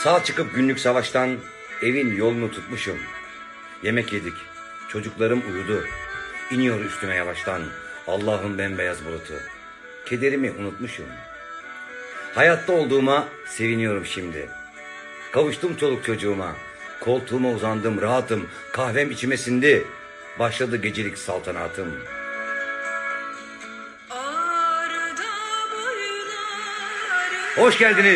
Sağ çıkıp günlük savaştan evin yolunu tutmuşum. Yemek yedik, çocuklarım uyudu. İniyor üstüme yavaştan Allah'ın bembeyaz bulutu. Kederimi unutmuşum. Hayatta olduğuma seviniyorum şimdi. Kavuştum çoluk çocuğuma. Koltuğuma uzandım rahatım. Kahvem içime sindi. Başladı gecelik saltanatım. Hoş geldiniz.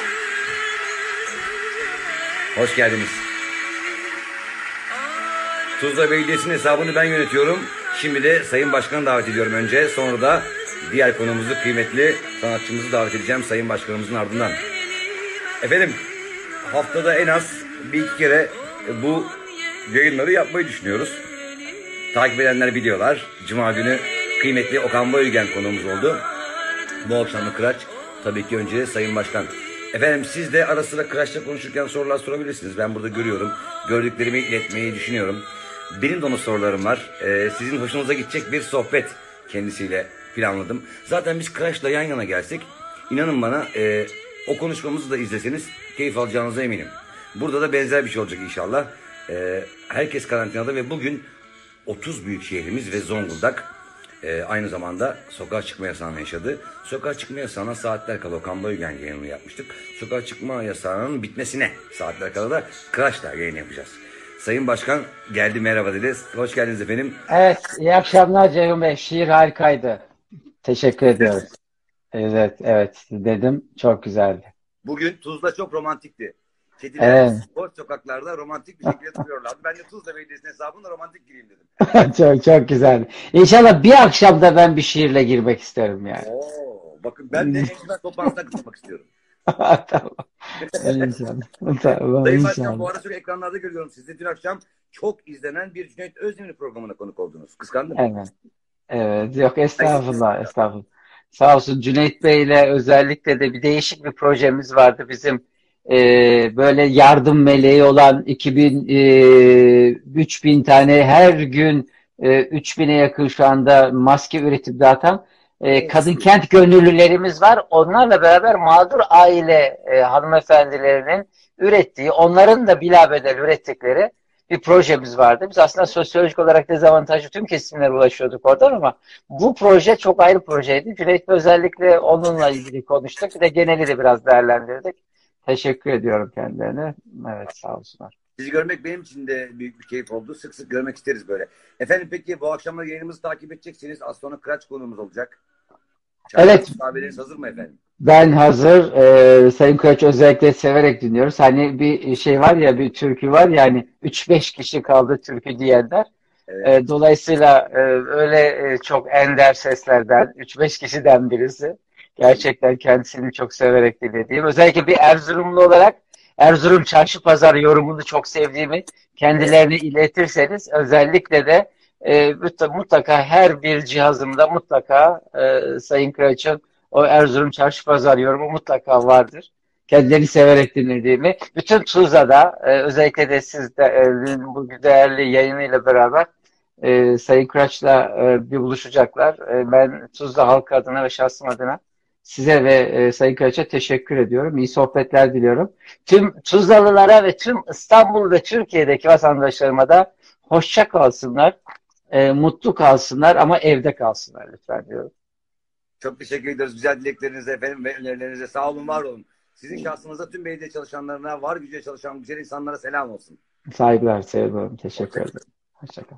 Hoş geldiniz. Tuzla Belediyesi'nin hesabını ben yönetiyorum. Şimdi de Sayın Başkan'ı davet ediyorum önce. Sonra da diğer konumuzu, kıymetli sanatçımızı davet edeceğim Sayın Başkanımızın ardından. Efendim, haftada en az bir iki kere bu yayınları yapmayı düşünüyoruz. Takip edenler biliyorlar. Cuma günü kıymetli Okan Bayülgen konuğumuz oldu. Bu akşamda Kıraç. Tabii ki önce Sayın Başkan. Efendim, siz de ara sıra Kıraç'la konuşurken sorular sorabilirsiniz. Ben burada görüyorum. Gördüklerimi iletmeyi düşünüyorum. Benim de onun sorularım var. Sizin hoşunuza gidecek bir sohbet kendisiyle planladım. Zaten biz Kıraç'la yan yana gelsek, inanın bana, o konuşmamızı da izleseniz keyif alacağınıza eminim. Burada da benzer bir şey olacak inşallah. Herkes karantinada ve bugün 30 büyük şehrimiz ve Zonguldak aynı zamanda sokağa çıkma yasağını yaşadı. Sokağa çıkma yasağına saatler kala Okan Bayülgen yayınını yapmıştık. Sokağa çıkma yasağının bitmesine saatler kala da Kıraç'la yayın yapacağız. Sayın Başkan geldi, merhaba dedi. Hoş geldiniz efendim. Evet, iyi akşamlar Ceyhun Bey. Şiir harikaydı. Teşekkür ediyoruz. Evet, evet dedim. Çok güzeldi. Bugün Tuzla çok romantikti. Kediler Evet. spor sokaklarda romantik bir şekilde duruyorlardı. Ben de Tuzla Belediyesi'nin hesabında romantik gireyim dedim. Çok çok güzeldi. İnşallah bir akşamda ben bir şiirle girmek isterim yani. Oo, bakın ben de encümen toplantısına katılmak istiyorum. Tamam. İnşallah. Tamam, Sayın Başkan, bu inşallah. ara sürekli ekranlarda görüyorum. Siz de dün akşam çok izlenen bir Cüneyt Özdemir programına konuk oldunuz. Kıskandım. Evet. Evet. Yok, estağfurullah, estağfurullah. Sağ olsun Cüneyt Bey'le özellikle de bir değişik bir projemiz vardı bizim. Böyle yardım meleği olan 2000 3000 tane her gün 3000'e yakın şu anda maske üretip dağıtan kadın kent gönüllülerimiz var. Onlarla beraber mağdur aile hanımefendilerinin ürettiği, onların da bilabedel ürettikleri bir projemiz vardı. Biz aslında sosyolojik olarak dezavantajlı tüm kesimlere ulaşıyorduk oradan ama bu proje çok ayrı projeydi. Cüneyt'le özellikle onunla ilgili konuştuk. Bir de geneli de biraz değerlendirdik. Teşekkür ediyorum kendilerine. Evet, sağ olsunlar. Sizi görmek benim için de büyük bir keyif oldu. Sık sık görmek isteriz böyle. Efendim, peki bu akşam yayınımızı takip edeceksiniz. Az sonra Kıraç konuğumuz olacak. Evet. Kahveleriniz hazır mı efendim? Ben hazır. Sayın Kıraç özellikle severek dinliyoruz. Hani bir şey var ya, bir türkü var ya, hani 3-5 kişi kaldı türkü diyenler. Evet. Dolayısıyla öyle çok ender seslerden 3-5 kişiden birisi. Gerçekten kendisini çok severek dinlediğim. Özellikle bir Erzurumlu olarak Erzurum Çarşı Pazar yorumunu çok sevdiğimi kendilerine iletirseniz, özellikle de mutlaka her bir cihazımda mutlaka Sayın Kıraç'ın o Erzurum Çarşı Pazar yorumu mutlaka vardır. Kendilerini severek dinlediğimi. Bütün Tuzla'da özellikle de siz de bu değerli yayınıyla beraber Sayın Kıraç'la bir buluşacaklar. Ben Tuzla halkı adına ve şahsım adına size ve Sayın Kıraç'a teşekkür ediyorum. İyi sohbetler diliyorum. Tüm Tuzlalılara ve tüm İstanbul ve Türkiye'deki vatandaşlarıma da hoşça kalsınlar, mutlu kalsınlar ama evde kalsınlar lütfen diyorum. Çok teşekkür ediyoruz güzel dileklerinize efendim ve önerilerinize. Sağ olun, var olun. Sizin şahsınızda tüm belediye çalışanlarına, var gücüyle çalışan güzel insanlara selam olsun. Saygılar, sevgilerim. Teşekkür ederim. Hoşçakal.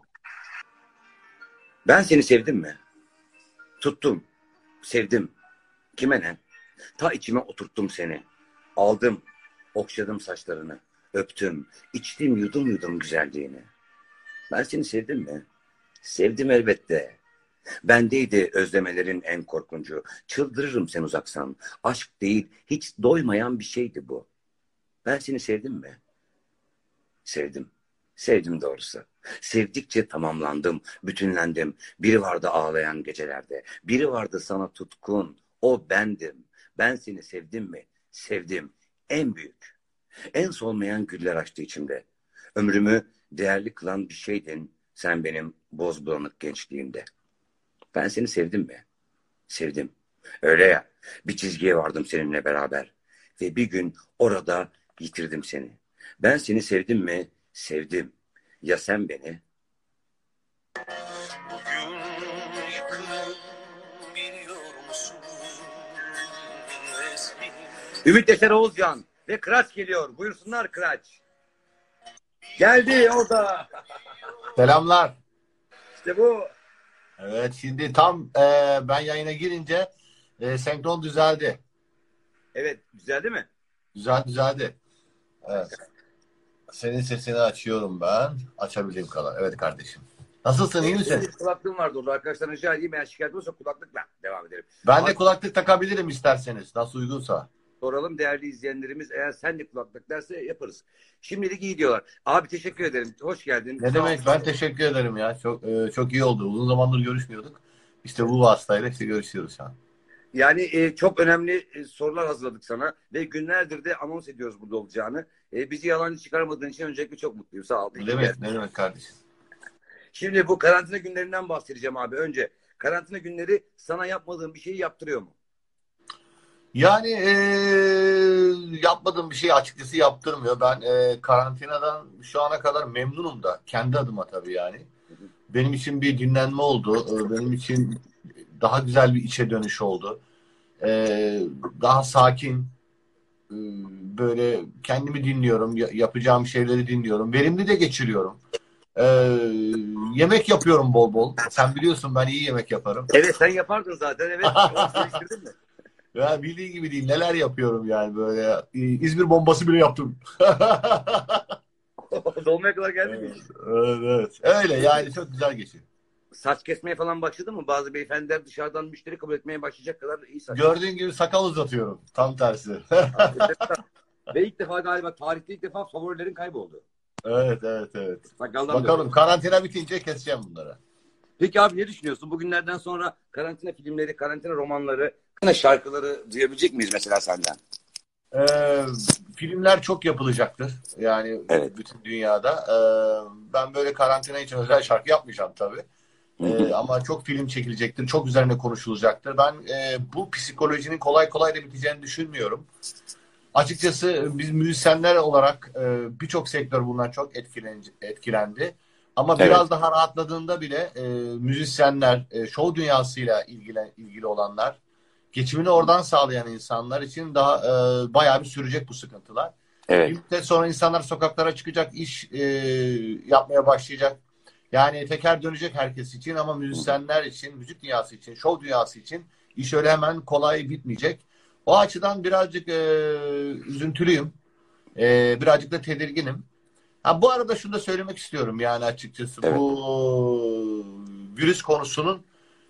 Ben seni sevdim mi? Tuttum, sevdim. Kime ne? Ta içime oturttum seni. Aldım, okşadım saçlarını. Öptüm, içtim, yudum yudum güzelliğini. Ben seni sevdim mi? Sevdim elbette. Bendeydi özlemelerin en korkuncu. Çıldırırım sen uzaksan. Aşk değil, hiç doymayan bir şeydi bu. Ben seni sevdim mi? Sevdim. Sevdim doğrusu. Sevdikçe tamamlandım, bütünlendim. Biri vardı ağlayan gecelerde. Biri vardı sana tutkun. O bendim. Ben seni sevdim mi? Sevdim. En büyük. En solmayan güller açtı içimde. Ömrümü değerli kılan bir şeydin. Sen benim boz bulanık gençliğimde. Ben seni sevdim mi? Sevdim. Öyle ya. Bir çizgiye vardım seninle beraber. Ve bir gün orada yitirdim seni. Ben seni sevdim mi? Sevdim. Ya sen beni? Bugün yıkılıp biliyor musun? Ümit Yaşar Oğuzcan ve Kıraç geliyor. Buyursunlar Kıraç. Geldi orada. Selamlar. İşte bu. Evet, şimdi tam ben yayına girince senkron düzeldi. Evet, güzel değil mi? Düzeldi. Evet. Senin sesini açıyorum ben. Açabildiğim kadar. Evet kardeşim. Nasılsın, iyi misin? Benim kulaklığım vardı orada. Arkadaşlar rica edeyim. Eğer şikayet olursa kulaklıkla devam edelim. Ben de kulaklık takabilirim isterseniz. Nasıl uygunsa. Soralım değerli izleyenlerimiz. Eğer sen de kulaklık derse yaparız. Şimdilik iyi diyorlar. Abi teşekkür ederim. Hoş geldin. Ne demek? Ben teşekkür ederim ya. Çok iyi oldu. Uzun zamandır görüşmüyorduk. İşte bu vasıtayla işte görüşüyoruz şu an. Yani çok önemli sorular hazırladık sana ve günlerdir de anons ediyoruz burada olacağını. Bizi yalancı çıkarmadığın için öncelikle çok mutluyum. Sağ ol. Ne demek kardeşim? Şimdi bu karantina günlerinden bahsedeceğim abi. Önce karantina günleri sana yapmadığın bir şeyi yaptırıyor mu? Yani yapmadığım bir şey açıkçası yaptırmıyor. Ben karantinadan şu ana kadar memnunum da. Kendi adıma tabii yani. Benim için bir dinlenme oldu. Benim için daha güzel bir içe dönüş oldu. Daha sakin, böyle kendimi dinliyorum. Yapacağım şeyleri dinliyorum. Verimli de geçiriyorum. Yemek yapıyorum bol bol. Sen biliyorsun ben iyi yemek yaparım. Evet sen yapardın zaten. Evet. Değiştirdin mi? Ya bildiğin gibi değil. Neler yapıyorum yani böyle. İzmir bombası bile yaptım. Dolmaya kadar geldi mi? Evet. Öyle yani çok güzel geçiyor. Saç kesmeye falan başladı mı? Bazı beyefendiler dışarıdan müşteri kabul etmeye başlayacak kadar iyi saç. Gördüğün gibi sakal uzatıyorum. Tam tersi. Ve ilk defa galiba tarihte ilk defa favorilerin kayboldu. Evet. Sakaldan Bakalım böyle. karantina bitince keseceğim bunları. Peki abi ne düşünüyorsun? Bugünlerden sonra karantina filmleri, karantina romanları, karantina şarkıları duyabilecek miyiz mesela senden? Filmler çok yapılacaktır. Yani Evet. bütün dünyada. Ben böyle karantina için özel şarkı yapmayacağım tabii. Ama çok film çekilecektir. Çok üzerine konuşulacaktır. Ben bu psikolojinin kolay kolay da biteceğini düşünmüyorum. Açıkçası biz müzisyenler olarak birçok sektör bundan çok etkilendi. Ama Evet. biraz daha rahatladığında bile müzisyenler, şov dünyasıyla ilgili olanlar, geçimini oradan sağlayan insanlar için daha bayağı bir sürecek bu sıkıntılar. Evet. Bir müddet sonra insanlar sokaklara çıkacak, iş yapmaya başlayacak. Yani teker dönecek herkes için ama müzisyenler için, müzik dünyası için, şov dünyası için iş öyle hemen kolay bitmeyecek. O açıdan birazcık üzüntülüyüm. Birazcık da tedirginim. Ha, bu arada şunu da söylemek istiyorum yani açıkçası. Evet. Bu virüs konusunun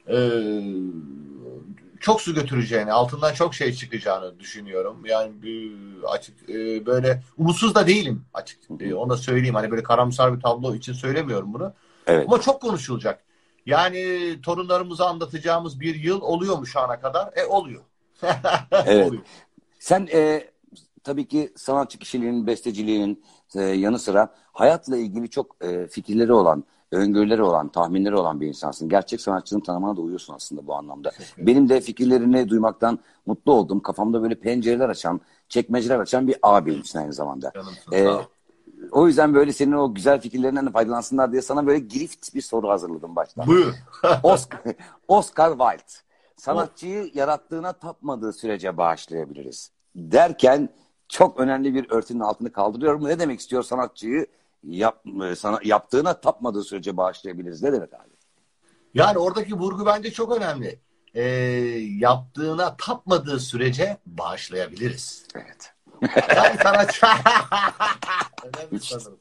çok su götüreceğini, altından çok şey çıkacağını düşünüyorum. Yani açık böyle umutsuz da değilim açık. Onu da söyleyeyim. Hani böyle karamsar bir tablo için söylemiyorum bunu. Evet. Ama çok konuşulacak. Yani torunlarımıza anlatacağımız bir yıl oluyor mu şu ana kadar? Oluyor. Evet. Oluyor. Sen tabii ki sanatçı kişiliğinin, besteciliğinin yanı sıra hayatla ilgili çok fikirleri olan, öngörüleri olan, tahminleri olan bir insansın. Gerçek sanatçının tanımına da uyuyorsun aslında bu anlamda. Benim de fikirlerini duymaktan mutlu oldum. Kafamda böyle pencereler açan, çekmeceler açan bir ağabeyimsin aynı zamanda. Canımsın, sağ ol. O yüzden böyle senin o güzel fikirlerinden de faydalansınlar diye sana böyle girift bir soru hazırladım baştan. Buyur. Oscar Wilde. Sanatçıyı yarattığına tapmadığı sürece bağışlayabiliriz. Derken çok önemli bir örtünün altını kaldırıyorum. Ne demek istiyor sanatçıyı yaptığına tapmadığı sürece bağışlayabiliriz? Ne demek abi? Yani oradaki vurgu bence çok önemli. Yaptığına tapmadığı sürece bağışlayabiliriz. Evet. Yani sanatçı... önemli sanırım.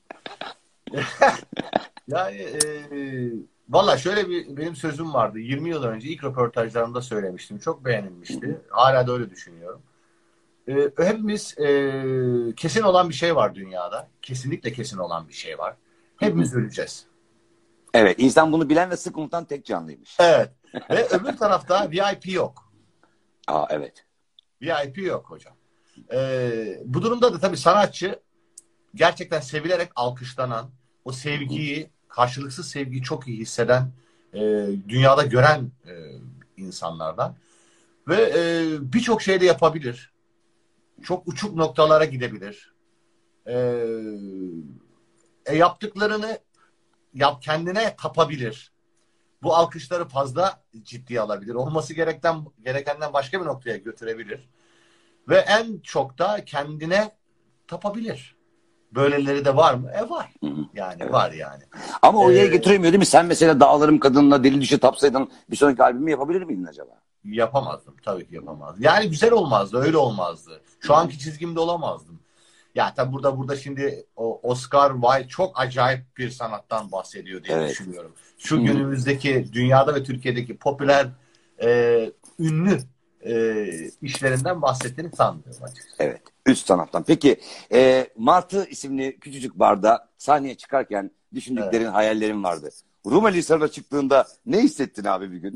Yani valla şöyle benim sözüm vardı. 20 yıl önce ilk röportajlarımda söylemiştim. Çok beğenilmişti. Hala da öyle düşünüyorum. Hepimiz kesin olan bir şey var dünyada. Kesinlikle kesin olan bir şey var. Hepimiz öleceğiz. Evet. İnsan bunu bilen ve sık unutan tek canlıymış. Evet. Ve öbür tarafta VIP yok. Evet. VIP yok hocam. Bu durumda da tabii sanatçı gerçekten sevilerek alkışlanan, o sevgiyi, karşılıksız sevgiyi çok iyi hisseden, dünyada gören insanlardan. Ve birçok şey de yapabilir. Çok uçuk noktalara gidebilir. Yaptıklarını kendine tapabilir. Bu alkışları fazla ciddiye alabilir. Olması gerekenden başka bir noktaya götürebilir. Ve en çok da kendine tapabilir. Böyleleri de var mı? Var. Yani Evet. var yani. Ama oraya getiremiyor değil mi? Sen mesela Dağlarım Kadın'la Deli Düşe tapsaydın bir sonraki albümü yapabilir miydin acaba? Yapamazdım. Tabii ki yapamazdım. Yani güzel olmazdı. Öyle olmazdı. Şu anki çizgimde olamazdım. Ya tabi burada şimdi Oscar Wilde çok acayip bir sanattan bahsediyor diye düşünüyorum. Şu günümüzdeki dünyada ve Türkiye'deki popüler ünlü işlerinden bahsettiğini sanmıyorum açıkçası. Evet. Üst sanattan. Peki Martı isimli küçücük barda sahneye çıkarken düşündüklerin, hayallerin vardı. Rumeli Hisarı'na çıktığında ne hissettin abi bir gün?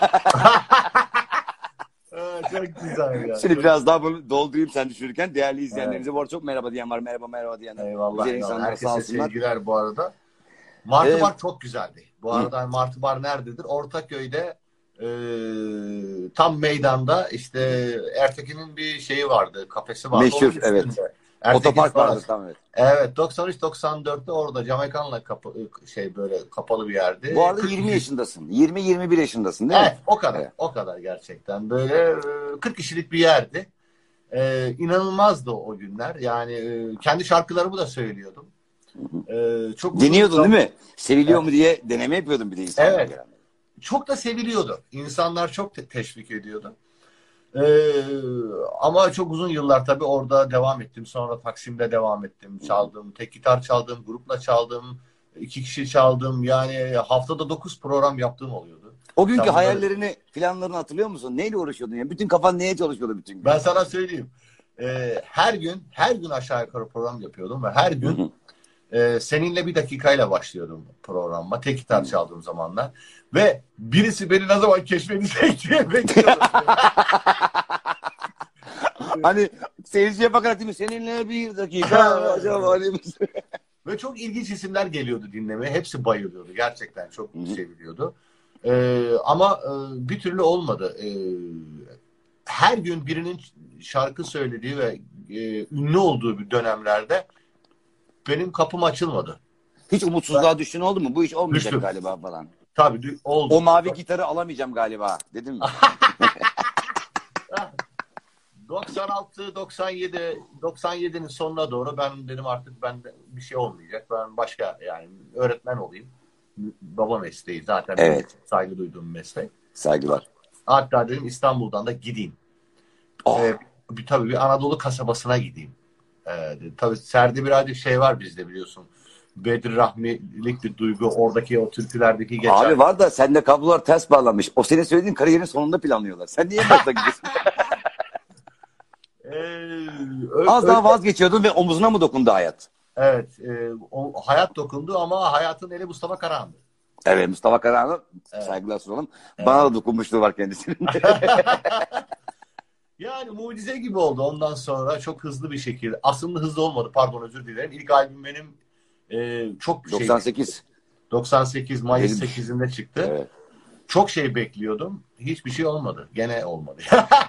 Çok güzel ya. Şimdi biraz daha bunu doldurayım sen düşünürken. Değerli izleyenlerimize bu arada çok merhaba diyen var. Merhaba diyenler. Eyvallah. Güzel insanlar sağ Herkese olsunlar. sevgiler bu arada. Martı Bar çok güzeldi. Bu arada Martı Bar nerededir? Ortaköy'de tam meydanda işte Ertekin'in bir şeyi vardı. Kafesi vardı. Meşhur, evet. Otopark vardı tam evet. Evet 93-94'te orada Jamaikan'la böyle kapalı bir yerdi. Bu arada 20 yaşındasın. 20-21 yaşındasın değil mi? Evet o kadar. Evet. O kadar gerçekten. Böyle 40 kişilik bir yerdi. İnanılmazdı o günler. Yani kendi şarkılarımı da söylüyordum. Çok deniyordun değil mi? Seviliyor mu diye deneme yapıyordum bir de insanlar. Evet. Çok da seviliyordu. İnsanlar çok teşvik ediyordu. Ama çok uzun yıllar tabii orada devam ettim. Sonra Taksim'de devam ettim. Çaldım. Tek gitar çaldım. Grupla çaldım. 2 kişi çaldım. Yani haftada 9 program yaptığım oluyordu. O günkü hayallerini, planlarını hatırlıyor musun? Neyle uğraşıyordun? Yani bütün kafan neye çalışıyordu bütün gün? Ben sana söyleyeyim. Her gün aşağı yukarı program yapıyordum ve her gün seninle bir dakikayla başlıyordum programıma. Tek gitar çaldığım zamanlar. Ve birisi beni ne zaman keşfedecek diye bekliyordum. Hani seyirciye bakarak değil mi? Seninle bir dakika acaba hani... Ve çok ilginç isimler geliyordu dinlemeye. Hepsi bayılıyordu. Gerçekten çok seviliyordu. Ama bir türlü olmadı. Her gün birinin şarkı söylediği ve ünlü olduğu bir dönemlerde benim kapım açılmadı. Hiç umutsuzluğa düştün oldu mu? Bu iş olmayacak Düştüm. galiba falan. Tabii oldu. O mavi gitarı alamayacağım galiba dedim mi? 96, 97, 97'nin sonuna doğru ben dedim artık bende bir şey olmayacak. Ben başka yani öğretmen olayım. Baba mesleği zaten. Evet. Saygı duyduğum meslek. Saygılar. Hatta dedim İstanbul'dan da gideyim. Tabii bir Anadolu kasabasına gideyim. Tabii Serdi bir şey var bizde biliyorsun. Bedri Rahmilik bir duygu. Oradaki o türkülerdeki geçen. Abi var da sende kablolar ters bağlanmış. O senin söylediğin kariyerin sonunda planlıyorlar. Sen niye başta gidiyorsun? Az daha vazgeçiyordun ve omuzuna mı dokundu hayat? Evet. Hayat dokundu ama hayatın eli Mustafa Karahan'dı. Evet Mustafa Karahan'a saygılar sunalım. Evet. Bana da dokunmuşluğu var kendisinin. Yani mucize gibi oldu ondan sonra çok hızlı bir şekilde. Aslında hızlı olmadı pardon özür dilerim. İlk albüm benim çok 98. 98 Mayıs 8'inde çıktı. Evet. Çok şey bekliyordum. Hiçbir şey olmadı. Gene olmadı.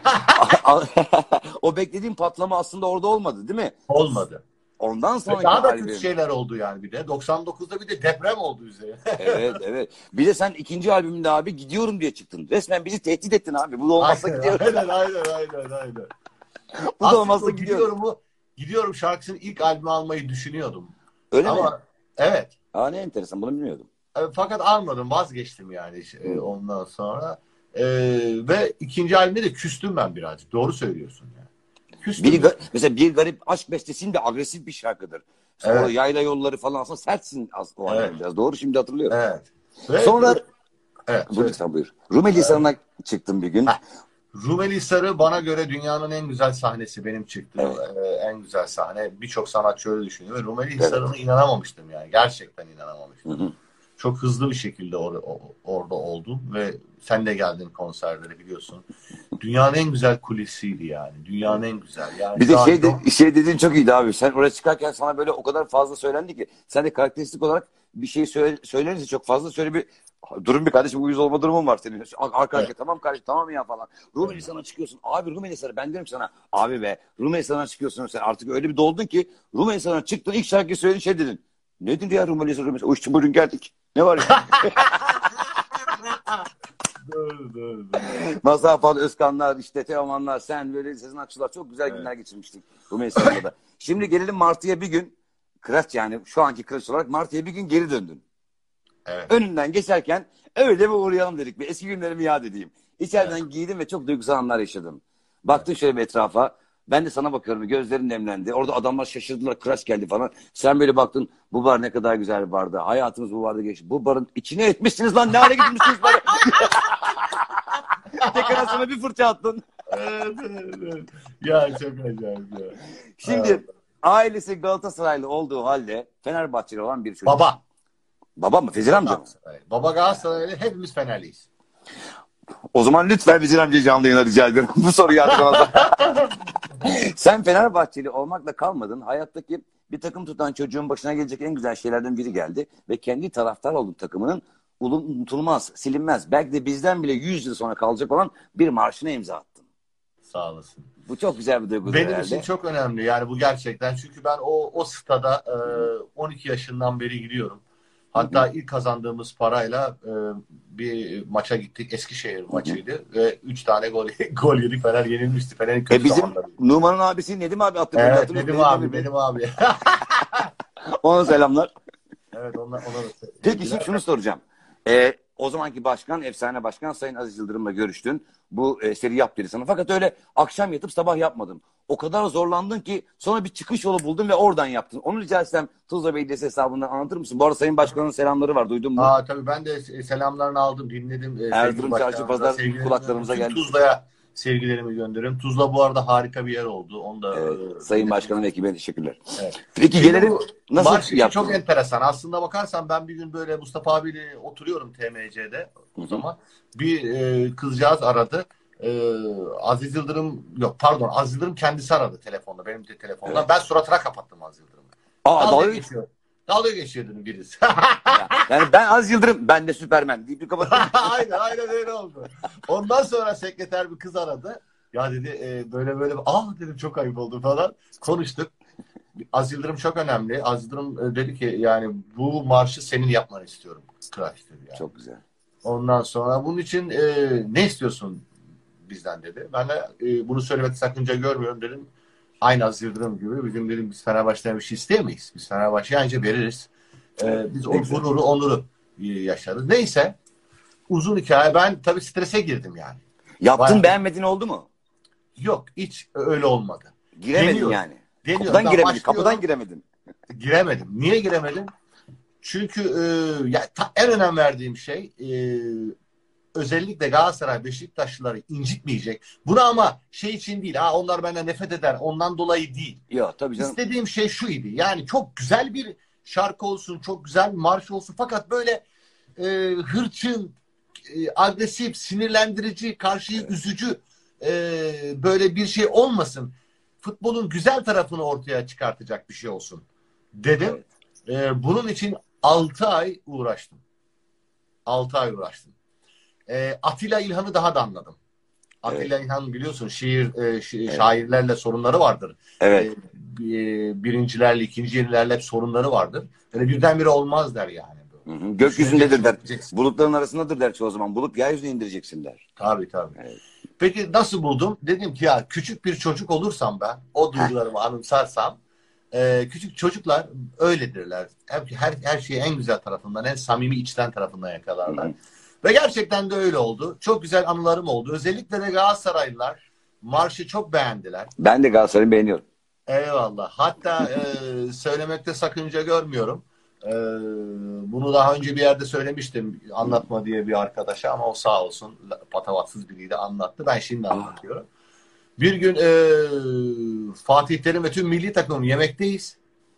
O beklediğin patlama aslında orada olmadı değil mi? Olmadı. Ondan sonra daha da kötü şeyler oldu yani bir de. 99'da bir de deprem oldu üzerine. Evet. Bir de sen ikinci albümünde abi gidiyorum diye çıktın. Resmen bizi tehdit ettin abi. Bu da olmazsa gidiyorum. Aynen. Bu da olmazsa gidiyorum. Gidiyorum şarkısının ilk albümü almayı düşünüyordum. Öyle mi? Evet. Ne enteresan bunu bilmiyordum. Fakat almadım vazgeçtim yani ondan sonra. Ve ikinci albümde de küstüm ben birazcık. Doğru söylüyorsun yani. Mesela Bir Garip Aşk Bestesi'nin de agresif bir şarkıdır. Sonra Yayla Yolları falan aslında sertsin aslında biraz. Doğru şimdi hatırlıyorum. Evet. Sonra buyur. Rumeli Hisarı'na çıktım bir gün. Rumeli Hisarı bana göre dünyanın en güzel sahnesi benim çıktığım en güzel sahne. Birçok sanatçı öyle düşünüyor ve Rumeli Hisarı'na inanamamıştım yani. Gerçekten inanamamıştım. Hı-hı. Çok hızlı bir şekilde orada oldum ve sen de geldin konserlere biliyorsun. Dünyanın en güzel kulisiydi yani. Dünyanın en güzel. Yani bir de şey dediğin çok iyiydi abi. Sen oraya çıkarken sana böyle o kadar fazla söylendi ki sen de karakteristik olarak bir şey söylerince çok fazla söyle bir durum bir kardeşim uyuz olma durumun var senin. Arkadaşlar Evet. tamam kardeşim tamam ya falan. Rumeli sana çıkıyorsun. Abi Rumeli sana ben diyorum sana abi be Rumeli sana çıkıyorsun sen artık öyle bir doldun ki Rumeli sana çıktın ilk şarkıyı söylediğin şey dedin. Nedir ya Rumeli sana Rumeli? O işte bugün geldik. Ne var ya? Doğru. Mazhar Fal Özkanlar, işte Teomanlar, sen böyle Sezen Aksu'lar çok güzel günler geçirmiştik Rümeysa'da da. Şimdi gelelim Martı'ya bir gün Kıraç yani şu anki Kıraç olarak Martı'ya bir gün geri döndün. Evet. Önünden geçerken öyle bir uğrayalım dedik. Bir eski günlerimi yad edeyim. İçeriden giydim ve çok duygusal anlar yaşadım. Baktın şöyle bir etrafa. Ben de sana bakıyorum. Gözlerim nemlendi. Orada adamlar şaşırdılar. Kıraç geldi falan. Sen böyle baktın. Bu bar ne kadar güzel bir bardı. Hayatımız bu barda geçti. Bu barın içine etmişsiniz lan. Ne hale gitmişsiniz barı? Tekrar sana bir fırça attın. Evet. Ya çok acayip ya. Şimdi ailesi Galatasaraylı olduğu halde Fenerbahçeli olan bir çocuk. Baba. Baba mı? Fezil amca mı? Baba Galatasaraylı, hepimiz Fenerliyiz. O zaman lütfen Fezil amcayı canlı yayına rica ederim. Bu soruyu yargılamazlar. Sen Fenerbahçeli olmakla kalmadın. Hayattaki bir takım tutan çocuğun başına gelecek en güzel şeylerden biri geldi. Ve kendi taraftar olduğun takımının unutulmaz, silinmez. Belki de bizden bile 100 yıl sonra kalacak olan bir marşına imza attın. Sağ olasın. Bu çok güzel bir duygu. Benim herhalde. için çok önemli yani bu gerçekten. Çünkü ben o stada 12 yaşından beri gidiyorum. Hatta ilk kazandığımız parayla bir maça gittik. Eskişehir maçıydı. Ve 3 tane gol yedik. Fener yenilmişti. Fener'in kötü Bizim zamanları. Numan'ın abisi Nedim abi attı. Evet, Hatırlıyor Nedim musun? abi, Nedim abi. Ona selamlar. Evet, ona da Peki şimdi şunu soracağım. O zamanki başkan, efsane başkan Sayın Aziz Yıldırım'la görüştün. Bu seri yap dedi sana. Fakat öyle akşam yatıp sabah yapmadın. O kadar zorlandın ki sonra bir çıkış yolu buldun ve oradan yaptın. Onu rica etsem Tuzla Belediyesi hesabından anlatır mısın? Bu arada Sayın Başkan'ın selamları var. Duydun mu? Tabii ben de selamlarını aldım, dinledim. Erzurum Çarşı Başkanımıza, Pazar sevgilerimi kulaklarımıza tüm geldi. Tuzla'ya sevgilerimi gönderiyorum. Tuzla bu arada harika bir yer oldu. Onu da Sayın Başkan'ın ve ekibine teşekkürler. Evet. Peki gelelim nasıl Marş yaptın? çok enteresan. Aslında bakarsan ben bir gün böyle Mustafa abiyle oturuyorum TMC'de o zaman. Bir kızcağız aradı. Aziz Yıldırım yok pardon Aziz Yıldırım kendisi aradı telefonda benim de telefondan. Evet. Ben suratına kapattım Aziz Yıldırım'ı. Aa, Dalga geçiyor. Dalga geçiyor dedim birisi. Yani ben Aziz Yıldırım, ben de Süpermen deyip bir kapattım. aynen öyle oldu. Ondan sonra sekreter bir kız aradı. Ya dedi böyle dedim çok ayıp oldu falan. Konuştuk. Aziz Yıldırım çok önemli. Aziz Yıldırım dedi ki yani bu marşı senin yapmanı istiyorum. Kıraç dedi yani. Çok güzel. Ondan sonra bunun için ne istiyorsun bizden dedi. Ben de bunu söylemekte sakınca görmüyorum dedim. Aynı Aziz Yıldırım gibi bizim dedim biz Fenerbahçe'den bir şey isteyemeyiz. Biz Fenerbahçe'ye anca veririz. Biz o gururu, onuru yaşarız. Neyse uzun hikaye. Ben tabii strese girdim yani. Yaptın Bayağı. beğenmedin oldu mu? Yok hiç öyle olmadı. Giremedin Deniyorum. yani. Deniyorum. Kapıdan Ben giremedin. başlıyorum. Kapıdan giremedin. Giremedim. Niye giremedim? Çünkü en önem verdiğim şey özellikle Galatasaray Beşiktaşlıları incitmeyecek. Bunu ama şey için değil. Onlar benden nefret eder. Ondan dolayı değil. Yok tabii canım. İstediğim şey şuydu. Yani çok güzel bir şarkı olsun, çok güzel bir marş olsun. Fakat böyle hırçın, agresif, sinirlendirici, karşıyı üzücü böyle bir şey olmasın. Futbolun güzel tarafını ortaya çıkartacak bir şey olsun dedim. Evet. Bunun için 6 ay uğraştım. 6 ay uğraştım. Atilla İlhan'ı daha da anladım. Atilla İlhan biliyorsun şairlerle sorunları vardır. Evet. Birincilerle, ikincilerle hep sorunları vardır. Böyle birdenbire olmaz der yani. Hı. Gökyüzündedir der. Düşüneceksin. Bulutların arasındadır der çoğu zaman. Bulup yeryüzüne indireceksin der. Tabii. Evet. Peki nasıl buldum? Dedim ki ya küçük bir çocuk olursam ben, o duygularımı anımsarsam, küçük çocuklar öyledirler. Her şeyi en güzel tarafından, en samimi içten tarafından yakalarlar. Hı. Ve gerçekten de öyle oldu. Çok güzel anılarım oldu. Özellikle de Galatasaraylılar marşı çok beğendiler. Ben de Galatasaray'ı beğeniyorum. Eyvallah. Hatta söylemekte sakınca görmüyorum. Bunu daha önce bir yerde söylemiştim anlatma diye bir arkadaşa ama o sağ olsun patavatsız biriyle anlattı. Ben şimdi anlatıyorum. Bir gün Fatih Terim ve tüm milli takımın yemekteyiz.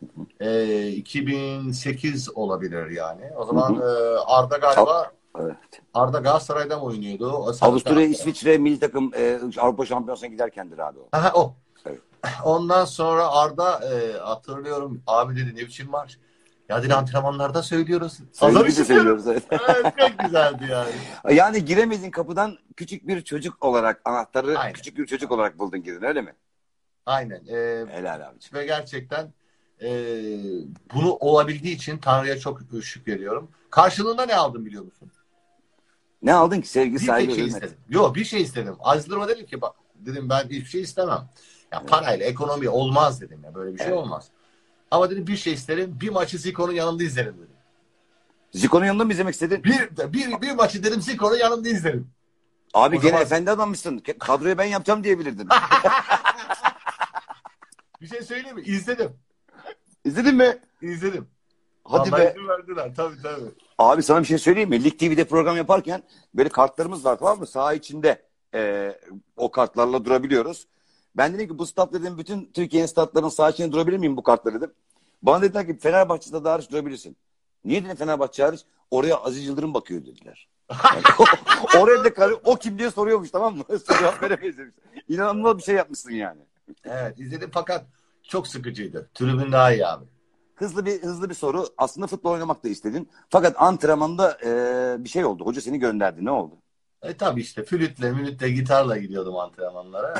2008 olabilir yani. O zaman Arda galiba Evet. Arda Galatasaray'dan oynuyordu. Avusturya, İsviçre milli takım Avrupa Şampiyonası'na giderkendir abi o. Aha, o. Evet. Ondan sonra Arda hatırlıyorum abi dedi ne biçim var? Ya dedi antrenmanlarda söylüyoruz. Söylüyoruz, Azar söylüyoruz, evet. Evet, çok güzeldi yani. Yani giremediğin kapıdan küçük bir çocuk olarak, anahtarı Aynen. küçük bir çocuk olarak buldun girdin, öyle mi? Aynen. Helal abiciğim. Ve gerçekten e, bunu olabildiği için Tanrı'ya çok şükrediyorum. Karşılığında ne aldım biliyor musun? Ne aldın ki? Sevgi, Bir saygı, tek şey hürmet. istedim. Yok, bir şey istedim. Aziz Durum'a dedim ki bak, dedim ben hiçbir şey istemem. Ya parayla ekonomi olmaz dedim ya, böyle bir şey Evet. olmaz. Ama dedim bir şey isterim. Bir maçı Zico'nun yanında izlerim dedim. Zico'nun yanında mı izlemek istedin? Bir maçı dedim Zico'nun yanında izlerim. Abi O gene zaman- efendi adammışsın. Kadroyu ben yapacağım diyebilirdin. Bir şey söyleyeyim mi? İzledim. İzledin mi? İzledim. Hadi Vallahi be. izin verdiler. Tabii tabii. Abi sana bir şey söyleyeyim mi? Lig TV'de program yaparken böyle kartlarımız var, tamam mı? Saha içinde o kartlarla durabiliyoruz. Ben dedim ki bu stat dedim, bütün Türkiye'nin statlarının saha içinde durabilir miyim bu kartla dedim. Bana dediler ki Fenerbahçe'de de hariç durabilirsin. Niye dedim Fenerbahçe hariç? Oraya Aziz Yıldırım bakıyor dediler. Yani oraya da o kim diye soruyormuş, tamam mı? Cevap veremeyiz demiş. İnanılmaz bir şey yapmışsın yani. Evet izledim fakat çok sıkıcıydı. Tribün daha iyi abi. Hızlı bir soru. Aslında futbol oynamak da istedin. Fakat antrenmanda bir şey oldu. Hoca seni gönderdi. Ne oldu? Tabii işte flütle, gitarla gidiyordum antrenmanlara.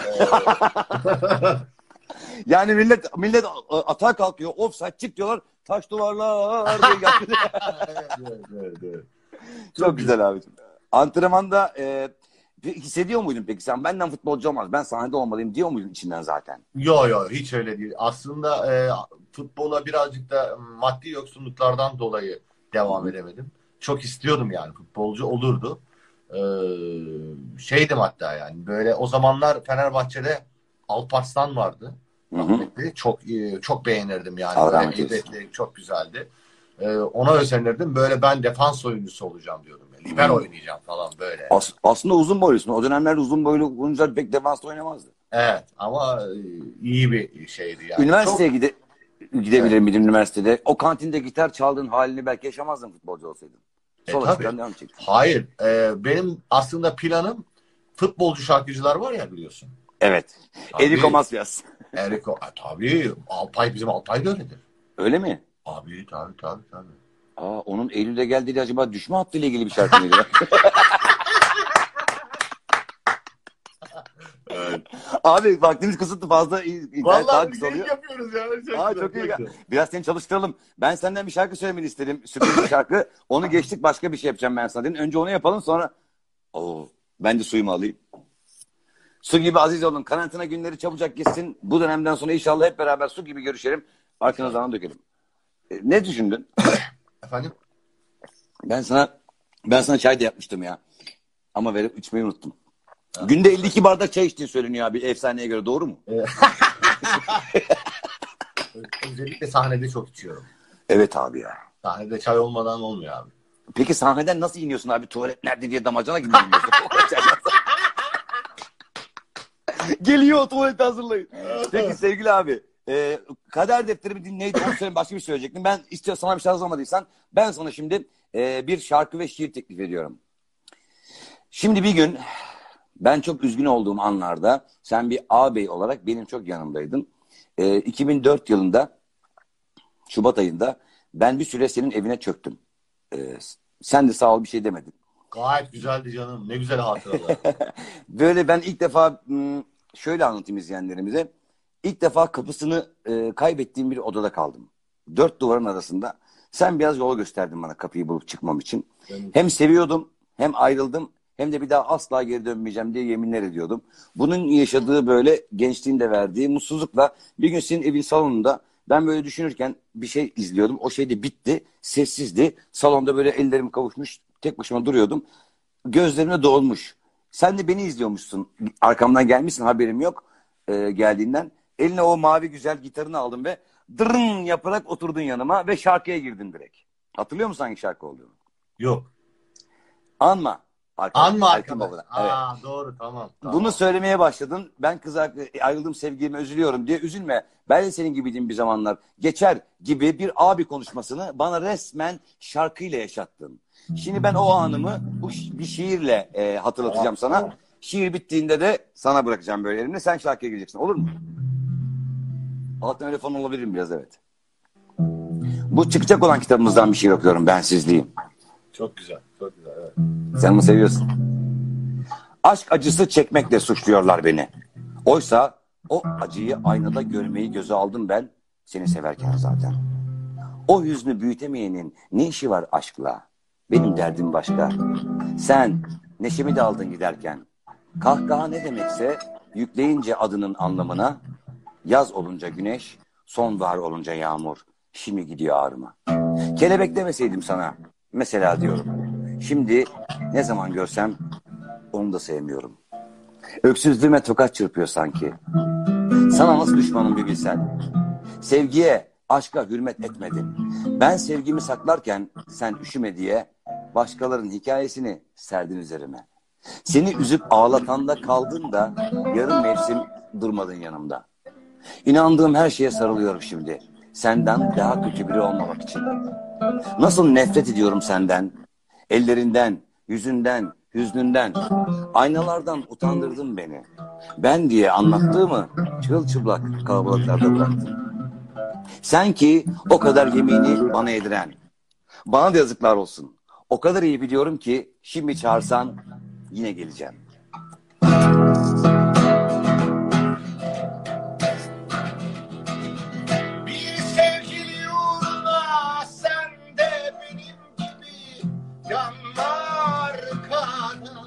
Yani millet atağa kalkıyor. Offside çık diyorlar. Taş duvarlar diye geldi. Evet. Çok güzel abicim. Antrenmanda hissediyor muydun peki sen? Benden futbolcu olmaz. Ben sahnede olmalıyım diyor muydun içinden zaten? Yo hiç öyle değil. Aslında futbola birazcık da maddi yoksunluklardan dolayı devam edemedim. Çok istiyordum yani futbolcu olurdu. Şeydim hatta yani böyle o zamanlar Fenerbahçe'de Alparslan vardı. Hı hı. Rahmetli. Çok beğenirdim yani. Allah Böyle rahmet eylesin. heybetli, çok güzeldi. Ona özenirdim. Böyle ben defans oyuncusu olacağım diyordum. Libero oynayacağım falan böyle. Aslında uzun boylusun. O dönemlerde uzun boylu oyuncular pek defansta oynamazdı. Evet ama iyi bir şeydi yani. Üniversiteye gidebilir Evet. miydin üniversitede? O kantinde gitar çaldığın halini belki yaşamazdın futbolcu olsaydın. Sol Tabii. açıdan devam çek. Hayır. Benim aslında planım futbolcu şarkıcılar var ya biliyorsun. Evet. Tabii. Enrico Macias. Enrico. Tabii. Bizim Alpay da öyledir. Öyle mi? Abi tabii. Onun Eylül'de geldiği acaba düşme hattıyla ilgili bir şarkı mıydı? Evet. Abi vaktimiz kısıtlı, fazla daha Vallahi bir kısa şey oluyor. yapıyoruz ya. Çok iyi. Biraz seni çalıştıralım. Ben senden bir şarkı söylemeni istedim. Sürpriz bir şarkı. Onu geçtik, başka bir şey yapacağım ben sana. Dedim. Önce onu yapalım, sonra ben de suyumu alayım. Su gibi aziz olun. Karantina günleri çabucak geçsin. Bu dönemden sonra inşallah hep beraber su gibi görüşelim. Arkanızdan dökelim. Ne düşündün? Efendim? Ben sana çay da yapmıştım ya. Ama verip içmeyi unuttum. Günde 52 bardak çay içtiğin söyleniyor abi, efsaneye göre, doğru mu? Özellikle sahnede çok içiyorum. Evet abi ya. Sahnede çay olmadan olmuyor abi. Peki sahneden nasıl iniyorsun abi? Tuvalet nerede diye damacana gibi iniyorsun. Geliyor, tuvaleti hazırlayın. Peki sevgili abi. Kader defterimi neydi onu söyle, başka bir şey söyleyecektim. Ben sana bir şey hazırlamadıysan ben sana şimdi bir şarkı ve şiir teklif ediyorum. Şimdi bir gün ben çok üzgün olduğum anlarda sen bir ağabey olarak benim çok yanımdaydın. 2004 yılında Şubat ayında ben bir süre senin evine çöktüm. Sen de sağ ol bir şey demedin. Gayet güzeldi canım. Ne güzel hatıralar. Böyle ben ilk defa şöyle anlatayım izleyenlerimize. İlk defa kapısını kaybettiğim bir odada kaldım. 4 duvarın arasında. Sen biraz yol gösterdin bana kapıyı bulup çıkmam için. Hem seviyordum, hem ayrıldım, hem de bir daha asla geri dönmeyeceğim diye yeminler ediyordum. Bunun yaşadığı böyle gençliğinde verdiği mutsuzlukla bir gün senin evin salonunda ben böyle düşünürken bir şey izliyordum. O şey de bitti, sessizdi. Salonda böyle ellerim kavuşmuş, tek başıma duruyordum. Gözlerime dolmuş. Sen de beni izliyormuşsun. Arkamdan gelmişsin, haberim yok geldiğinden. Eline o mavi güzel gitarını aldım ve dırın yaparak oturdun yanıma ve şarkıya girdin direkt. Hatırlıyor musun hangi şarkı olduğunu? Yok. Anma. Anma Erkin arkadaş. Baba'dan. Evet. Doğru tamam. Bunu söylemeye başladın. Ben ayrıldığım sevgilime üzülüyorum diye. Üzülme. Ben de senin gibiydim bir zamanlar. Geçer gibi bir abi konuşmasını bana resmen şarkıyla yaşattın. Şimdi ben o anımı bir şiirle hatırlatacağım sana. Şiir bittiğinde de sana bırakacağım böyle elimde. Sen şarkıya gireceksin. Olur mu? Alttan öyle falan olabilirim biraz, evet. Bu çıkacak olan kitabımızdan bir şey okuyorum, bensizliğim. Çok güzel. Çok güzel. Evet. Sen mi seviyorsun? Aşk acısı çekmekle suçluyorlar beni. Oysa o acıyı aynada görmeyi göze aldım ben seni severken zaten. O hüznü büyütemeyenin ne işi var aşkla? Benim derdim başka. Sen neşemi de aldın giderken. Kahkaha ne demekse yükleyince adının anlamına, yaz olunca güneş, sonbahar olunca yağmur. Şimdi gidiyor ağrıma. Kelebek demeseydim sana mesela diyorum. Şimdi ne zaman görsem onu da sevmiyorum. Öksüzlüğüme tokat çırpıyor sanki. Sana nasıl düşmanım bir bilsen. Sevgiye, aşka hürmet etmedin. Ben sevgimi saklarken sen üşüme diye başkalarının hikayesini serdin üzerime. Seni üzüp ağlatanda kaldın da yarım mevsim durmadın yanımda. İnandığım her şeye sarılıyorum şimdi. Senden daha kötü biri olmamak için. Nasıl nefret ediyorum senden. Ellerinden, yüzünden, hüznünden. Aynalardan utandırdın beni. Ben diye anlattığımı çırılçıplak kalabalıklarda bıraktın. Sen ki o kadar yemini bana yediren. Bana da yazıklar olsun. O kadar iyi biliyorum ki şimdi çağırsan yine geleceğim. Bir sevgili uğruna sen de benim gibi yanlar kana.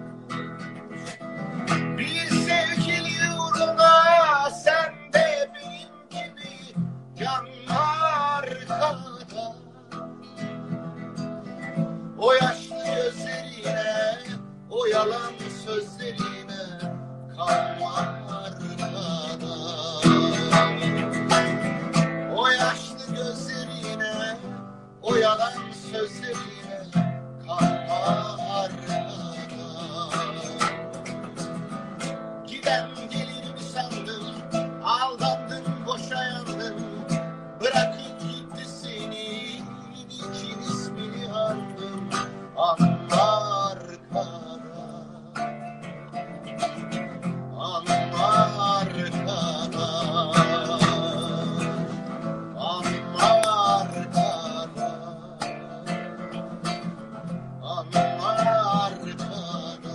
Bir sevgili uğruna sen de benim gibi yanlar kana. O yaşlı gözlerine, o yalan sözlerine kanlar kana. O yaşlı gözlerine, o yalan sözlerine kanlar kana. Giden gelir mi sandın, aldandın, boşa yandın. Bırakıp gitti seni, için ismini andım. Anlar kara, anlar kara, anlar kara, anlar kara.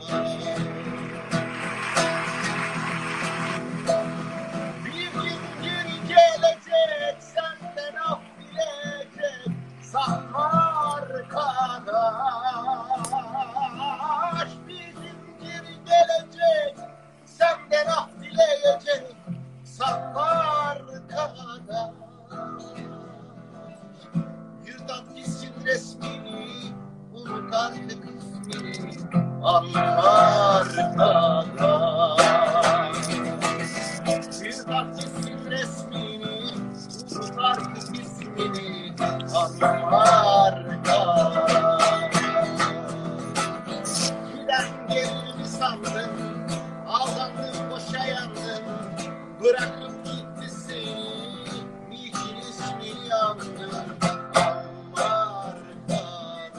Bir gün geri gelecek, senden af dileyecek, saklar arkadaş. Bir gün geri gelecek, senden af dileyecek, saklar arkadaş. Yırdat gitsin resmini, unut artık ismini, anlar arkadaş. Yırdat gitsin resmini, unut artık ismini, anlar arkadaş. Giden gelir mi sandın, aldandın, boşa yandın. Bırakıp gitti seni, niçin ismini yandın. Anlar kara,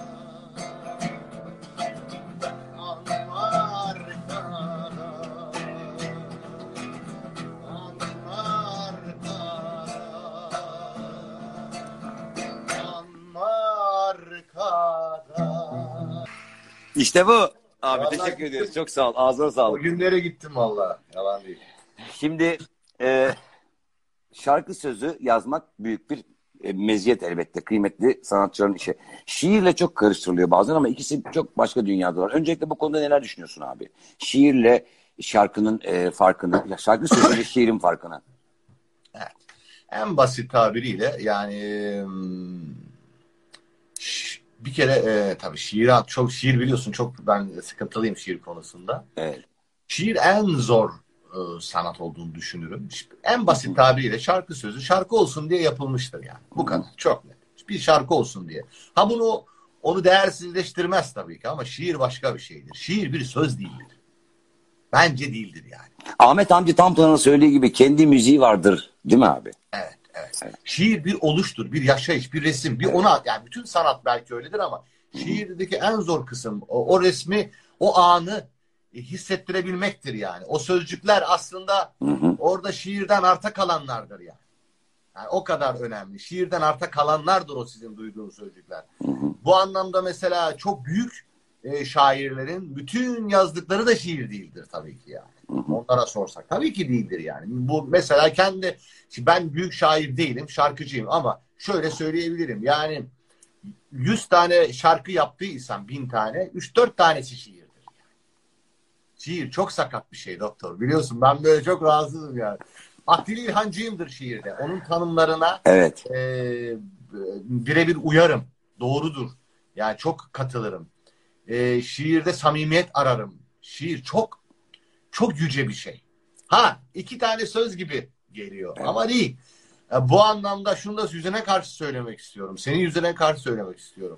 anlar kara, anlar kara, anlar kara. İşte bu. Abi Vallahi teşekkür gittim. ediyoruz. Çok sağ ol. Ağzına O sağlık. günlere gittim valla. Yalan değil. Şimdi şarkı sözü yazmak büyük bir meziyet elbette. Kıymetli sanatçıların işi. Şiirle çok karıştırılıyor bazen ama ikisi çok başka dünyadalar. Öncelikle bu konuda neler düşünüyorsun abi? Şiirle şarkının farkını, şarkı sözüyle şiirin farkını. En basit tabiriyle yani bir kere tabii çok şiir biliyorsun, çok ben sıkıntılıyım şiir konusunda. Evet. Şiir en zor sanat olduğunu düşünürüm. En basit tabiriyle şarkı sözü şarkı olsun diye yapılmıştır yani. Bu kadar. Çok net. Bir şarkı olsun diye. Ha onu değersizleştirmez tabii ki ama şiir başka bir şeydir. Şiir bir söz değildir. Bence değildir yani. Ahmet Hamdi Tanpınar'ın söylediği gibi kendi müziği vardır. Değil mi abi? Evet. Şiir bir oluştur, bir yaşayış, bir resim. Bir ona yani bütün sanat belki öyledir ama şiirdeki en zor kısım o resmi, o anı hissettirebilmektir yani. O sözcükler aslında orada şiirden arta kalanlardır yani. Yani o kadar önemli. Şiirden arta kalanlardır o sizin duyduğunuz sözcükler. Bu anlamda mesela çok büyük şairlerin bütün yazdıkları da şiir değildir tabii ki yani. Onlara sorsak. Tabii ki değildir yani. Bu mesela ben büyük şair değilim, şarkıcıyım ama şöyle söyleyebilirim. Yani 100 tane şarkı yaptıysam 1000 tane, 3-4 tanesi şiirdir. Şiir çok sakat bir şey doktor. Biliyorsun ben böyle çok rahatsızım yani. Atilla İlhancıyımdır şiirde. Onun tanımlarına Evet. birebir uyarım. Doğrudur. Yani çok katılırım. Şiirde samimiyet ararım. Şiir çok çok yüce bir şey. Ha, 2 tane söz gibi geliyor ama değil. Bu anlamda şunu da yüzüne karşı söylemek istiyorum. Senin yüzüne karşı söylemek istiyorum.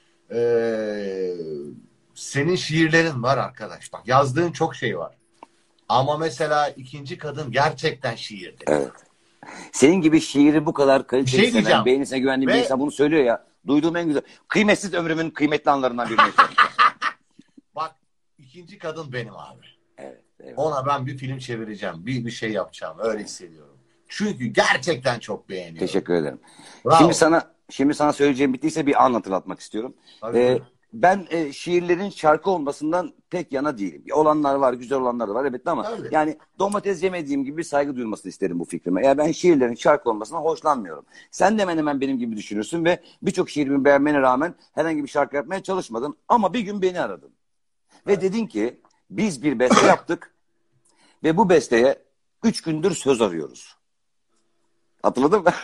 Senin şiirlerin var arkadaş. Bak yazdığın çok şey var. Ama mesela ikinci kadın gerçekten şiirdi. Evet. Senin gibi şiiri bu kadar Bir kaliteli şey seven, diyeceğim. beğenisine güvendiğim bir insan bunu söylüyor ya. Duyduğum en güzel. Kıymetsiz ömrümün kıymetli anlarından birini söylüyor. Bak ikinci kadın benim abi. Evet, evet. Ona ben bir film çevireceğim. Bir şey yapacağım. Öyle hissediyorum. Çünkü gerçekten çok beğeniyorum. Teşekkür ederim. Bravo. Şimdi sana söyleyeceğim bittiyse bir an hatırlatmak istiyorum. Ben şiirlerin şarkı olmasından pek yana değilim. Olanlar var, güzel olanlar da var elbette ama Tabii. yani domates yemediğim gibi saygı duyulmasını isterim bu fikrime. Yani ben şiirlerin şarkı olmasından hoşlanmıyorum. Sen de hemen hemen benim gibi düşünürsün ve birçok şiirimi beğenmene rağmen herhangi bir şarkı yapmaya çalışmadın. Ama bir gün beni aradın. Ve dedin ki biz bir beste yaptık ve bu besteye 3 gündür söz arıyoruz. Hatırladın mı?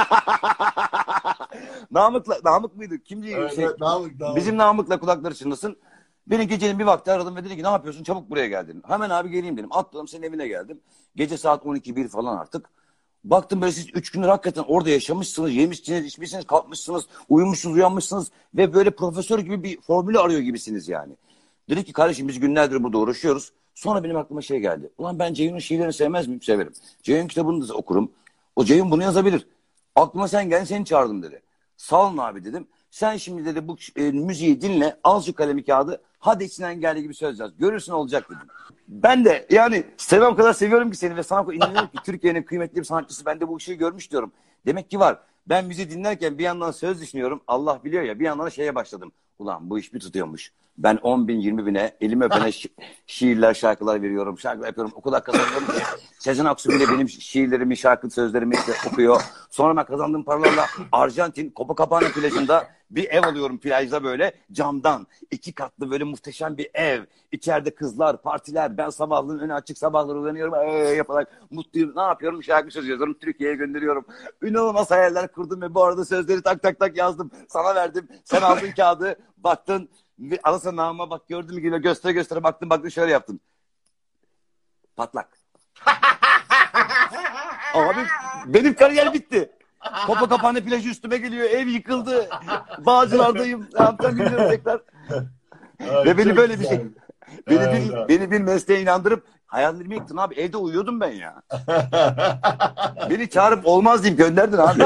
Namık mıydı? Kimdi? Evet, Namık. Bizim Namık'la kulakları çınlasın. Beni gecenin bir vakti aradım ve dedi ki ne yapıyorsun? Çabuk buraya gel dedim. Hemen abi geleyim dedim. Atladım senin evine geldim. Gece saat 12-1 falan artık. Baktım böyle siz 3 gündür hakikaten orada yaşamışsınız, yemişsiniz, içmişsiniz, kalkmışsınız, uyumuşsunuz, uyanmışsınız ve böyle profesör gibi bir formülü arıyor gibisiniz yani. Dedi ki kardeşim biz günlerdir burada uğraşıyoruz. Sonra benim aklıma şey geldi. Ulan ben Ceyhun'un şiirlerini sevmez miyim? Severim. Ceyhun kitabını da okurum. O Ceyhun bunu yazabilir. Aklıma sen geldin seni çağırdım dedi. Sağ olun abi dedim. Sen şimdi dedi bu müziği dinle. Al şu kalemi kağıdı. Hadi içinden geldiği gibi söz yaz. Görürsün olacak dedim. Ben de yani sevmem kadar seviyorum ki seni ve sana inanıyorum ki Türkiye'nin kıymetli bir sanatçısı ben de bu ışığı görmüş diyorum. Demek ki var. Ben müziği dinlerken bir yandan söz düşünüyorum. Allah biliyor ya bir yandan da şeye başladım. Ulan bu iş bir tutuyormuş. Ben 10 bin 20 bine elimi öpene şiirler şarkılar veriyorum. Şarkılar yapıyorum. O kadar kazanıyorum ki. Sezen Aksu bile benim şiirlerimi şarkı sözlerimi işte okuyor. Sonra ben kazandığım paralarla Arjantin Copacabana plajında bir ev alıyorum plajda böyle camdan. 2 katlı böyle muhteşem bir ev. İçeride kızlar, partiler. Ben sabahların önü açık sabahları uyanıyorum. Yaparak mutluyum. Ne yapıyorum? Şarkı söz yazıyorum. Türkiye'ye gönderiyorum. İnanılmaz hayaller kurdum ve bu arada sözleri tak tak tak yazdım. Sana verdim. Sen aldın kağıdı. Baktın. Arasına namıma bak gördün mü? Göstere göstere baktın şöyle yaptın. Patlak. Abi benim kariyer bitti. Copacabana plajı üstüme geliyor. Ev yıkıldı. Bağcılardayım. Ne yapacağım bilmiyorum tekrar. Ve beni böyle bir şey. Beni bir mesleğe inandırıp hayallerimi yıktın abi. Evde uyuyordum ben ya. Beni çağırıp olmaz deyip gönderdin abi.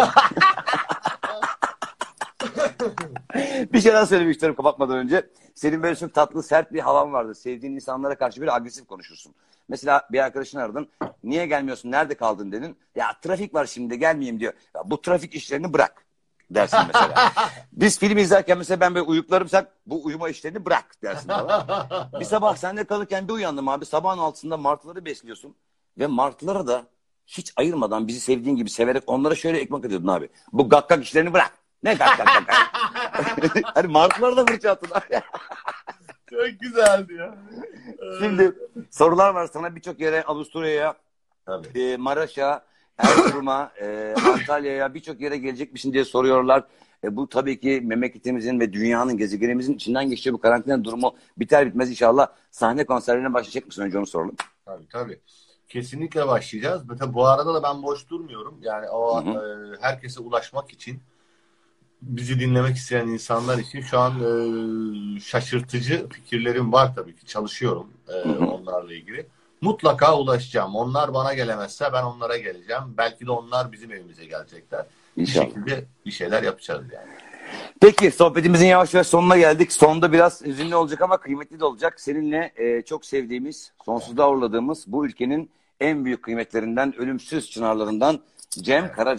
Bir şey daha söylemek istiyorum kapatmadan önce. Senin böyle çok tatlı, sert bir havan vardır. Sevdiğin insanlara karşı böyle agresif konuşursun. Mesela bir arkadaşını aradın. Niye gelmiyorsun? Nerede kaldın dedin. Ya trafik var şimdi gelmeyeyim diyor. Ya, bu trafik işlerini bırak dersin mesela. Biz film izlerken mesela ben böyle uyuklarım sen bu uyuma işlerini bırak dersin falan. Bir sabah seninle kalırken bir uyandım abi. Sabahın altında martıları besliyorsun. Ve martılara da hiç ayırmadan bizi sevdiğin gibi severek onlara şöyle ekmek atıyordun abi. Bu gakkak işlerini bırak. Ne gakkak gakkak. Hani martılara da fırça attın. Çok güzeldi ya. Şimdi sorular var sana birçok yere Avusturya'ya, Maraş'a, Erzurum'a, Antalya'ya birçok yere gelecek misin diye soruyorlar. Bu tabii ki memleketimizin ve dünyanın gezegenimizin içinden geçtiği bu karantina durumu biter bitmez inşallah sahne konserlerine başlayacak mısın? Önce onu soralım. Tabii. Kesinlikle başlayacağız. Mesela bu arada da ben boş durmuyorum. Yani o herkese ulaşmak için bizi dinlemek isteyen insanlar için şu an şaşırtıcı fikirlerim var tabii ki. Çalışıyorum onlarla ilgili. Mutlaka ulaşacağım. Onlar bana gelemezse ben onlara geleceğim. Belki de onlar bizim evimize gelecekler. İnşallah. Bir şekilde bir şeyler yapacağız yani. Peki sohbetimizin yavaş yavaş sonuna geldik. Sonda biraz hüzünlü olacak ama kıymetli de olacak. Seninle çok sevdiğimiz, sonsuzluğa uğurladığımız bu ülkenin en büyük kıymetlerinden, ölümsüz çınarlarından Cem Karaca.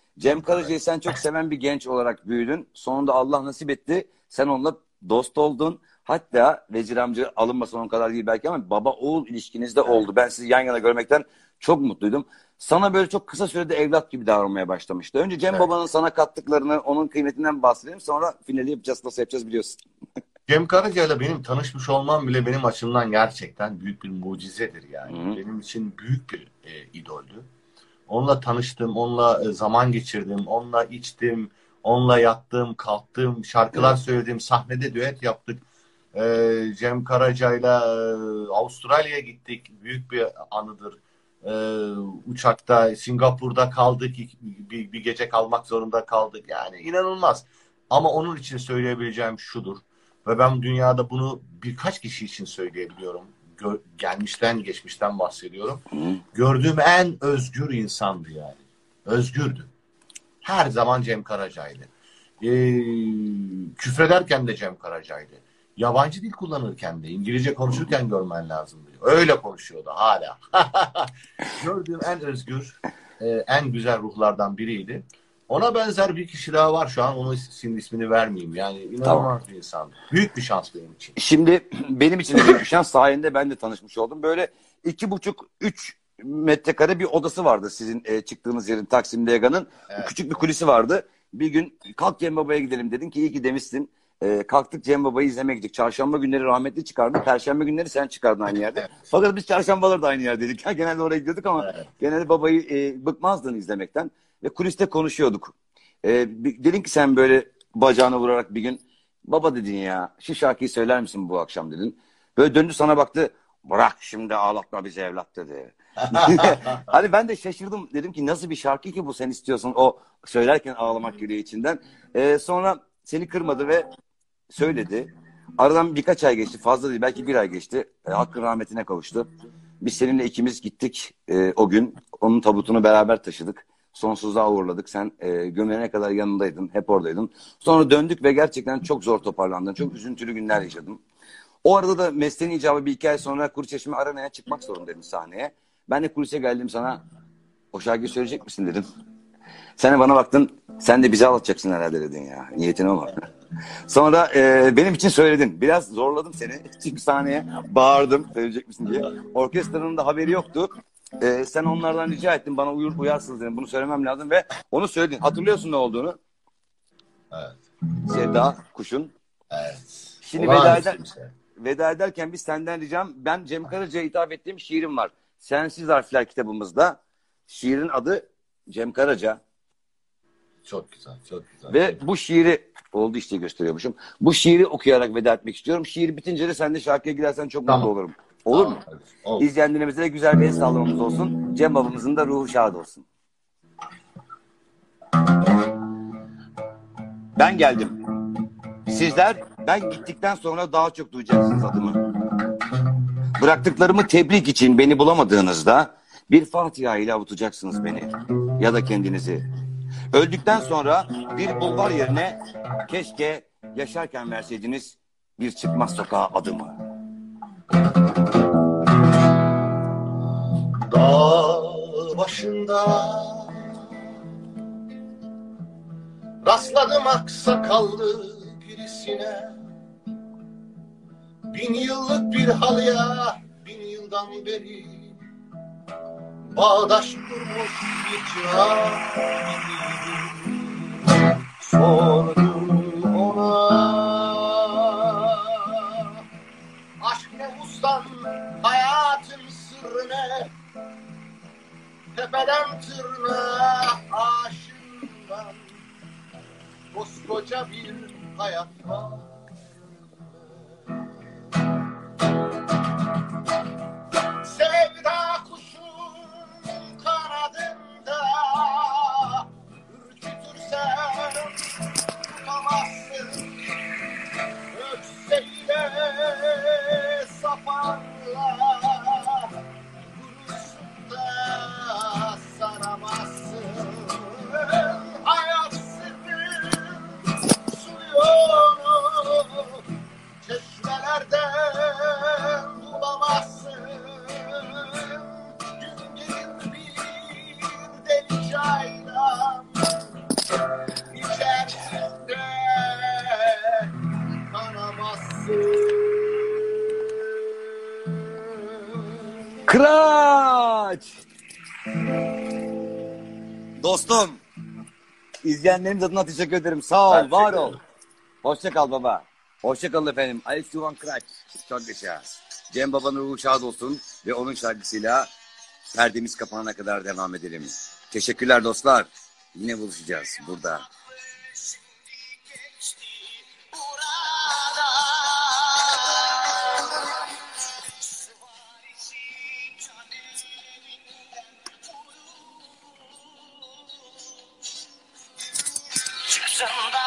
Cem Karaca'yı sen çok seven bir genç olarak büyüdün. Sonunda Allah nasip etti. Sen onunla dost oldun. Hatta Vezir amca alınmasın onun kadar değil belki ama baba oğul ilişkinizde oldu. Ben sizi yan yana görmekten çok mutluydum. Sana böyle çok kısa sürede evlat gibi davranmaya başlamıştı. Önce Cem babanın sana kattıklarını, onun kıymetinden bahsedelim. Sonra finali yapacağız. Nasıl yapacağız biliyorsun. Cem Karaca'yla benim tanışmış olmam bile benim açımdan gerçekten büyük bir mucizedir yani. Benim için büyük bir idoldü. Onunla tanıştım, onunla zaman geçirdim, onunla içtim, onunla yattım, kalktım, şarkılar söyledim, sahnede düet yaptık. Cem Karaca'yla Avustralya'ya gittik, büyük bir anıdır. Uçakta Singapur'da kaldık, bir gece kalmak zorunda kaldık. Yani inanılmaz. Ama onun için söyleyebileceğim şudur. Ve ben dünyada bunu birkaç kişi için söyleyebiliyorum. Gelmişten geçmişten bahsediyorum. Gördüğüm en özgür insandı yani. Özgürdü. Her zaman Cem Karaca'ydı. Küfrederken de Cem Karaca'ydı. Yabancı dil kullanırken de, İngilizce konuşurken görmen lazımdı. Öyle konuşuyordu hala. Gördüğüm en özgür, en güzel ruhlardan biriydi. Ona benzer bir kişi daha var şu an. Onun ismini vermeyeyim. Yani inanılmaz bir insan. Büyük bir şans benim için. Şimdi benim için de büyük bir şans. Sayende ben de tanışmış oldum. Böyle 2,5-3 metrekare bir odası vardı sizin çıktığınız yerin Taksim Lega'nın. Evet. Küçük bir kulisi vardı. Bir gün kalk Cem Baba'ya gidelim dedin ki iyi ki demişsin. Kalktık Cem Baba'yı izlemeye gittik. Çarşamba günleri rahmetli çıkardı. Perşembe günleri sen çıkardın aynı yerde. Evet. Fakat biz çarşambaları da aynı yerdeydik. Genelde oraya gidiyorduk ama genelde babayı bıkmazdın izlemekten. Ve kuliste konuşuyorduk. Dedin ki sen böyle bacağını vurarak bir gün baba dedin ya şu şarkıyı söyler misin bu akşam dedin. Böyle döndü sana baktı. Bırak şimdi ağlatma bizi evlat dedi. Hani ben de şaşırdım. Dedim ki nasıl bir şarkı ki bu sen istiyorsun o söylerken ağlamak geliyor içinden. Sonra seni kırmadı ve söyledi. Aradan birkaç ay geçti. Fazla değil belki bir ay geçti. Hakkın rahmetine kavuştu. Biz seninle ikimiz gittik o gün. Onun tabutunu beraber taşıdık. Sonsuzluğa uğurladık. Sen gömülene kadar yanındaydın. Hep oradaydın. Sonra döndük ve gerçekten çok zor toparlandın. Çok üzüntülü günler yaşadım. O arada da mesleğin icabı bir 2 ay sonra Kuruçeşme Arena'ya çıkmak zorundaydım sahneye. Ben de kulise geldim sana o şarkıyı söyleyecek misin dedim. Sen de bana baktın sen de bizi ağlatacaksın herhalde dedin ya. Niyetin o mu? Sonra benim için söyledin. Biraz zorladım seni. Çünkü sahneye bağırdım söyleyecek misin diye. Orkestranın da haberi yoktu. Sen onlardan rica ettin bana uyarsınız dedim. Bunu söylemem lazım ve onu söyledin. Hatırlıyorsun ne olduğunu? Evet. Sevda Kuş'un. Evet. Şimdi veda ederken biz senden ricam ben Cem Karaca'ya hitap ettiğim şiirim var. Sensiz Harfler kitabımızda. Şiirin adı Cem Karaca. Çok güzel, çok güzel. Ve bu şiiri oldu işte gösteriyormuşum. Bu şiiri okuyarak veda etmek istiyorum. Şiir bitince de sen de şarkıya gidersen çok mutlu olurum. Olur mu? Olur. İzleyenlerimize de güzel bir el sallamamız olsun. Cem babamızın da ruhu şad olsun. Ben geldim. Sizler ben gittikten sonra daha çok duyacaksınız adımı. Bıraktıklarımı tebrik için beni bulamadığınızda bir Fatiha ile avutacaksınız beni ya da kendinizi. Öldükten sonra bir bulvar yerine keşke yaşarken verseydiniz bir çıkmaz sokağa adımı. Dağ başında rastladım aksakallı birisine. 1000 yıllık bir halıya 1000 yıldan beri bağdaş kurmuş bir çırak gibiydi. Sordum ona aşk ne ustan hayatın sırrı ne? Tepeden tırnağa aşığından koskoca bir hayat var. Sevda kuşun kanadında ürkütürsen tutamazsın. Ökseyle sapanla vurursun da saramazsın. Hayat sırrı suyunu dostum. İzleyenlerimiz adına teşekkür ederim. Sağ ol, Ben var teşekkür ol. ederim. Hoşça kal baba. Hoşça kalın efendim. Alex Yuvan Kıraç. Çok yaşa. Cem Baba'nın ruhu şad olsun ve onun şarkısıyla perdemiz kapanana kadar devam edelim. Teşekkürler dostlar. Yine buluşacağız burada. Çıksın da